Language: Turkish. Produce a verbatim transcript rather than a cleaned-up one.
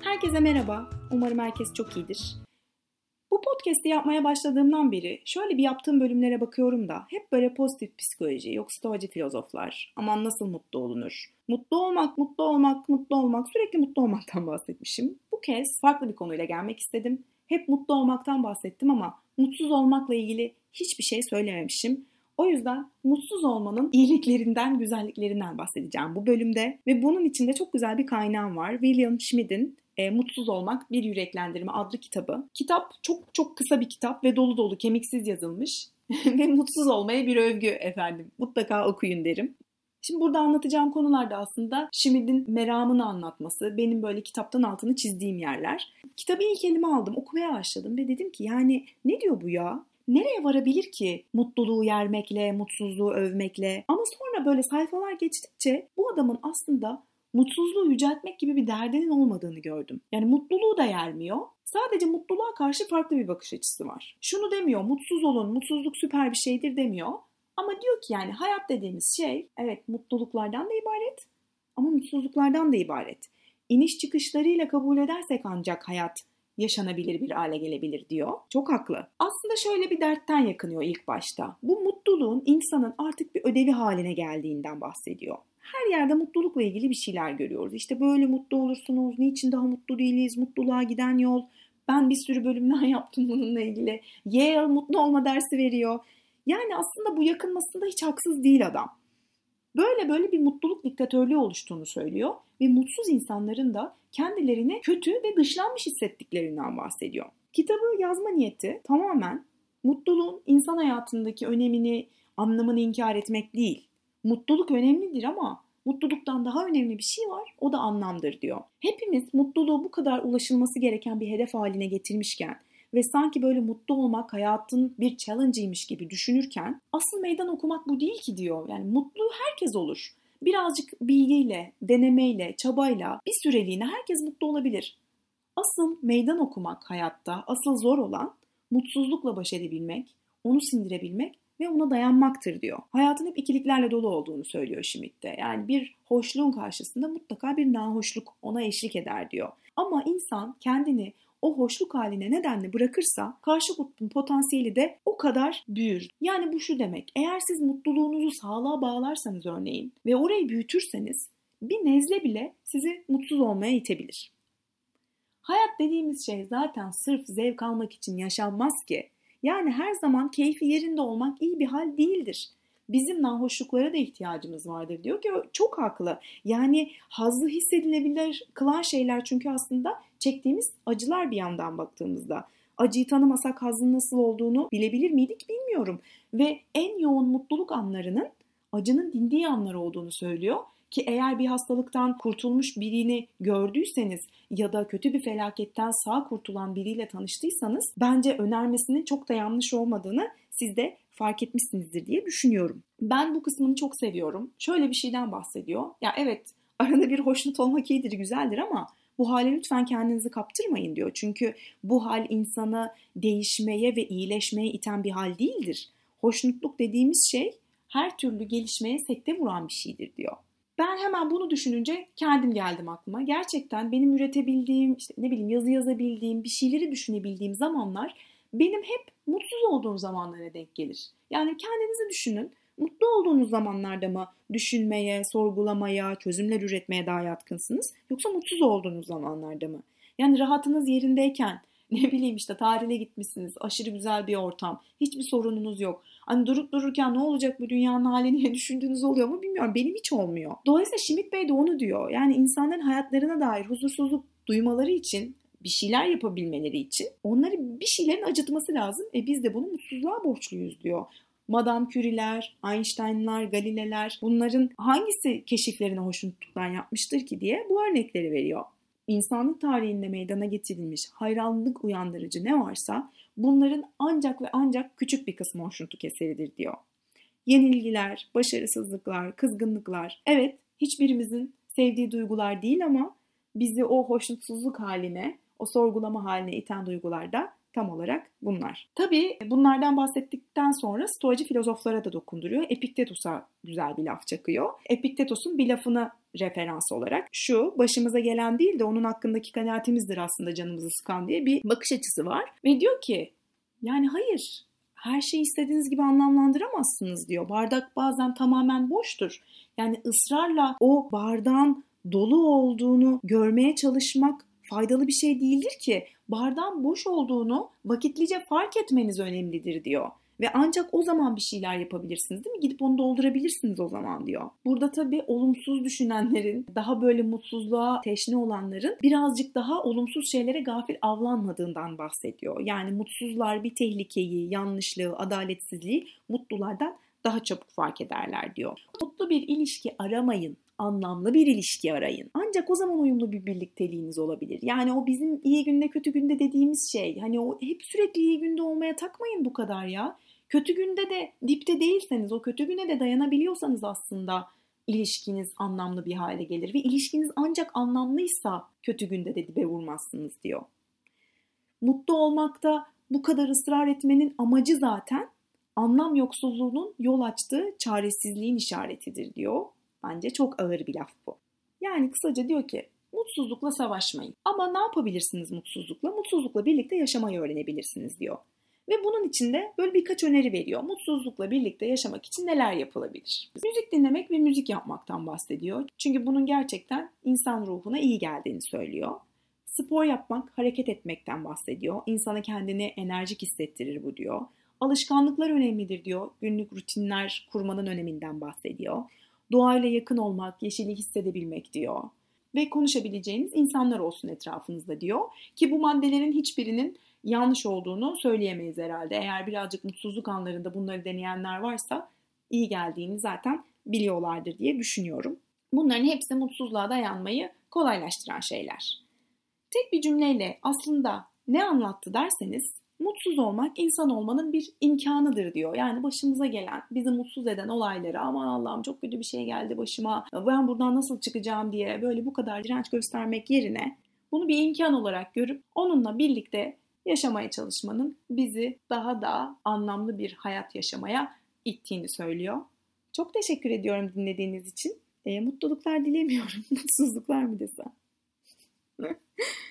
Herkese merhaba. Umarım herkes çok iyidir. Bu podcast'i yapmaya başladığımdan beri şöyle bir yaptığım bölümlere bakıyorum da hep böyle pozitif psikoloji, yok stoacı filozoflar, aman nasıl mutlu olunur, mutlu olmak, mutlu olmak, mutlu olmak, sürekli mutlu olmaktan bahsetmişim. Bu kez farklı bir konuyla gelmek istedim. Hep mutlu olmaktan bahsettim ama mutsuz olmakla ilgili hiçbir şey söylememişim. O yüzden mutsuz olmanın iyiliklerinden, güzelliklerinden bahsedeceğim bu bölümde. Ve bunun içinde çok güzel bir kaynağım var. William Schmidt'in e, Mutsuz Olmak Bir Yüreklendirme adlı kitabı. Kitap çok çok kısa bir kitap ve dolu dolu kemiksiz yazılmış. Ve mutsuz olmaya bir övgü efendim. Mutlaka okuyun derim. Şimdi burada anlatacağım konular da aslında Schmidt'in meramını anlatması, benim böyle kitaptan altını çizdiğim yerler. Kitabı ilk elime aldım, okumaya başladım ve dedim ki yani ne diyor bu ya? Nereye varabilir ki mutluluğu yermekle, mutsuzluğu övmekle? Ama sonra böyle sayfalar geçtikçe bu adamın aslında mutsuzluğu yüceltmek gibi bir derdinin olmadığını gördüm. Yani mutluluğu da yermiyor. Sadece mutluluğa karşı farklı bir bakış açısı var. Şunu demiyor, mutsuz olun, mutsuzluk süper bir şeydir demiyor. Ama diyor ki yani hayat dediğimiz şey evet mutluluklardan da ibaret ama mutsuzluklardan da ibaret. İniş çıkışlarıyla kabul edersek ancak hayat yaşanabilir bir hale gelebilir diyor. Çok haklı. Aslında şöyle bir dertten yakınıyor ilk başta. Bu mutluluğun insanın artık bir ödevi haline geldiğinden bahsediyor. Her yerde mutlulukla ilgili bir şeyler görüyoruz. İşte böyle mutlu olursunuz, niçin daha mutlu değiliz, mutluluğa giden yol. Ben bir sürü bölümler yaptım bununla ilgili. Yale mutlu olma dersi veriyor. Yani aslında bu yakınmasında hiç haksız değil adam. Böyle böyle bir mutluluk diktatörlüğü oluştuğunu söylüyor ve mutsuz insanların da kendilerini kötü ve dışlanmış hissettiklerinden bahsediyor. Kitabı yazma niyeti tamamen mutluluğun insan hayatındaki önemini, anlamını inkar etmek değil. Mutluluk önemlidir ama mutluluktan daha önemli bir şey var, o da anlamdır diyor. Hepimiz mutluluğu bu kadar ulaşılması gereken bir hedef haline getirmişken ve sanki böyle mutlu olmak hayatın bir challenge'ıymış gibi düşünürken asıl meydan okumak bu değil ki diyor. Yani mutlu herkes olur. Birazcık bilgiyle, denemeyle, çabayla bir süreliğine herkes mutlu olabilir. Asıl meydan okumak hayatta, asıl zor olan mutsuzlukla baş edebilmek, onu sindirebilmek ve ona dayanmaktır diyor. Hayatın hep ikiliklerle dolu olduğunu söylüyor Schmidt de. Yani bir hoşluğun karşısında mutlaka bir nahoşluk ona eşlik eder diyor. Ama insan kendini o hoşluk haline nedenle bırakırsa karşı kutbun potansiyeli de o kadar büyür. Yani bu şu demek, eğer siz mutluluğunuzu sağlığa bağlarsanız örneğin ve orayı büyütürseniz bir nezle bile sizi mutsuz olmaya itebilir. Hayat dediğimiz şey zaten sırf zevk almak için yaşanmaz ki. Yani her zaman keyfi yerinde olmak iyi bir hal değildir. Bizim nahoşluklara da ihtiyacımız vardır diyor ki çok haklı. Yani hazzı hissedilebilir kılan şeyler çünkü aslında çektiğimiz acılar bir yandan baktığımızda. Acıyı tanımasak hazzın nasıl olduğunu bilebilir miydik bilmiyorum. Ve en yoğun mutluluk anlarının acının dindiği anlar olduğunu söylüyor. Ki eğer bir hastalıktan kurtulmuş birini gördüyseniz ya da kötü bir felaketten sağ kurtulan biriyle tanıştıysanız bence önermesinin çok da yanlış olmadığını siz de fark etmişsinizdir diye düşünüyorum. Ben bu kısmını çok seviyorum. Şöyle bir şeyden bahsediyor. Ya evet arada bir hoşnut olmak iyidir, güzeldir ama bu hale lütfen kendinizi kaptırmayın diyor. Çünkü bu hal insanı değişmeye ve iyileşmeye iten bir hal değildir. Hoşnutluk dediğimiz şey her türlü gelişmeye sekte vuran bir şeydir diyor. Ben hemen bunu düşününce kendim geldim aklıma. Gerçekten benim üretebildiğim, işte ne bileyim yazı yazabildiğim, bir şeyleri düşünebildiğim zamanlar benim hep mutsuz olduğum zamanlara denk gelir. Yani kendinizi düşünün. Mutlu olduğunuz zamanlarda mı düşünmeye, sorgulamaya, çözümler üretmeye daha yatkınsınız? Yoksa mutsuz olduğunuz zamanlarda mı? Yani rahatınız yerindeyken, ne bileyim işte tatile gitmişsiniz, aşırı güzel bir ortam, hiçbir sorununuz yok. Hani durup dururken ne olacak bu dünyanın hali diye düşündüğünüz oluyor mu bilmiyorum. Benim hiç olmuyor. Dolayısıyla Schmidt Bey de onu diyor. Yani insanların hayatlarına dair huzursuzluk duymaları için, bir şeyler yapabilmeleri için onları bir şeylerin acıtması lazım. E biz de bunu mutsuzluğa borçluyuz diyor. Madame Curie'ler, Einstein'lar, Galile'ler bunların hangisi keşiflerine hoşnutluktan yapmıştır ki diye bu örnekleri veriyor. İnsanlık tarihinde meydana getirilmiş hayranlık uyandırıcı ne varsa bunların ancak ve ancak küçük bir kısmı hoşnutluk eseridir diyor. Yenilgiler, başarısızlıklar, kızgınlıklar evet hiçbirimizin sevdiği duygular değil ama bizi o hoşnutsuzluk haline, o sorgulama haline iten duygular da tam olarak bunlar. Tabii bunlardan bahsettikten sonra Stoacı filozoflara da dokunduruyor. Epiktetos'a güzel bir laf çakıyor. Epiktetos'un bir lafına referans olarak şu, başımıza gelen değil de onun hakkındaki kanaatimizdir aslında canımızı sıkan diye bir bakış açısı var. Ve diyor ki yani hayır, her şeyi istediğiniz gibi anlamlandıramazsınız diyor. Bardak bazen tamamen boştur. Yani ısrarla o bardağın dolu olduğunu görmeye çalışmak faydalı bir şey değildir ki. Bardağın boş olduğunu vakitlice fark etmeniz önemlidir diyor. Ve ancak o zaman bir şeyler yapabilirsiniz değil mi? Gidip onu doldurabilirsiniz o zaman diyor. Burada tabii olumsuz düşünenlerin, daha böyle mutsuzluğa teşne olanların birazcık daha olumsuz şeylere gafil avlanmadığından bahsediyor. Yani mutsuzlar bir tehlikeyi, yanlışlığı, adaletsizliği mutlulardan daha çabuk fark ederler diyor. Mutlu bir ilişki aramayın. Anlamlı bir ilişki arayın. Ancak o zaman uyumlu bir birlikteliğiniz olabilir. Yani o bizim iyi günde kötü günde dediğimiz şey. Hani o hep sürekli iyi günde olmaya takmayın bu kadar ya. Kötü günde de dipte değilseniz, o kötü güne de dayanabiliyorsanız aslında ilişkiniz anlamlı bir hale gelir. Ve ilişkiniz ancak anlamlıysa kötü günde de dibe vurmazsınız diyor. Mutlu olmakta bu kadar ısrar etmenin amacı zaten anlam yoksulluğunun yol açtığı çaresizliğin işaretidir diyor. Bence çok ağır bir laf bu. Yani kısaca diyor ki mutsuzlukla savaşmayın. Ama ne yapabilirsiniz mutsuzlukla? Mutsuzlukla birlikte yaşamayı öğrenebilirsiniz diyor. Ve bunun için de böyle birkaç öneri veriyor. Mutsuzlukla birlikte yaşamak için neler yapılabilir? Müzik dinlemek ve müzik yapmaktan bahsediyor. Çünkü bunun gerçekten insan ruhuna iyi geldiğini söylüyor. Spor yapmak, hareket etmekten bahsediyor. İnsana kendini enerjik hissettirir bu diyor. Alışkanlıklar önemlidir diyor. Günlük rutinler kurmanın öneminden bahsediyor. Doğayla yakın olmak, yeşili hissedebilmek diyor. Ve konuşabileceğiniz insanlar olsun etrafınızda diyor. Ki bu maddelerin hiçbirinin yanlış olduğunu söyleyemeyiz herhalde. Eğer birazcık mutsuzluk anlarında bunları deneyenler varsa iyi geldiğini zaten biliyorlardır diye düşünüyorum. Bunların hepsi mutsuzluğa dayanmayı kolaylaştıran şeyler. Tek bir cümleyle aslında ne anlattı derseniz mutsuz olmak insan olmanın bir imkanıdır diyor. Yani başımıza gelen, bizi mutsuz eden olayları aman Allah'ım çok kötü bir şey geldi başıma, ben buradan nasıl çıkacağım diye böyle bu kadar direnç göstermek yerine bunu bir imkan olarak görüp onunla birlikte yaşamaya çalışmanın bizi daha da anlamlı bir hayat yaşamaya ittiğini söylüyor. Çok teşekkür ediyorum dinlediğiniz için. E, mutluluklar dilemiyorum. Mutsuzluklar mı desem?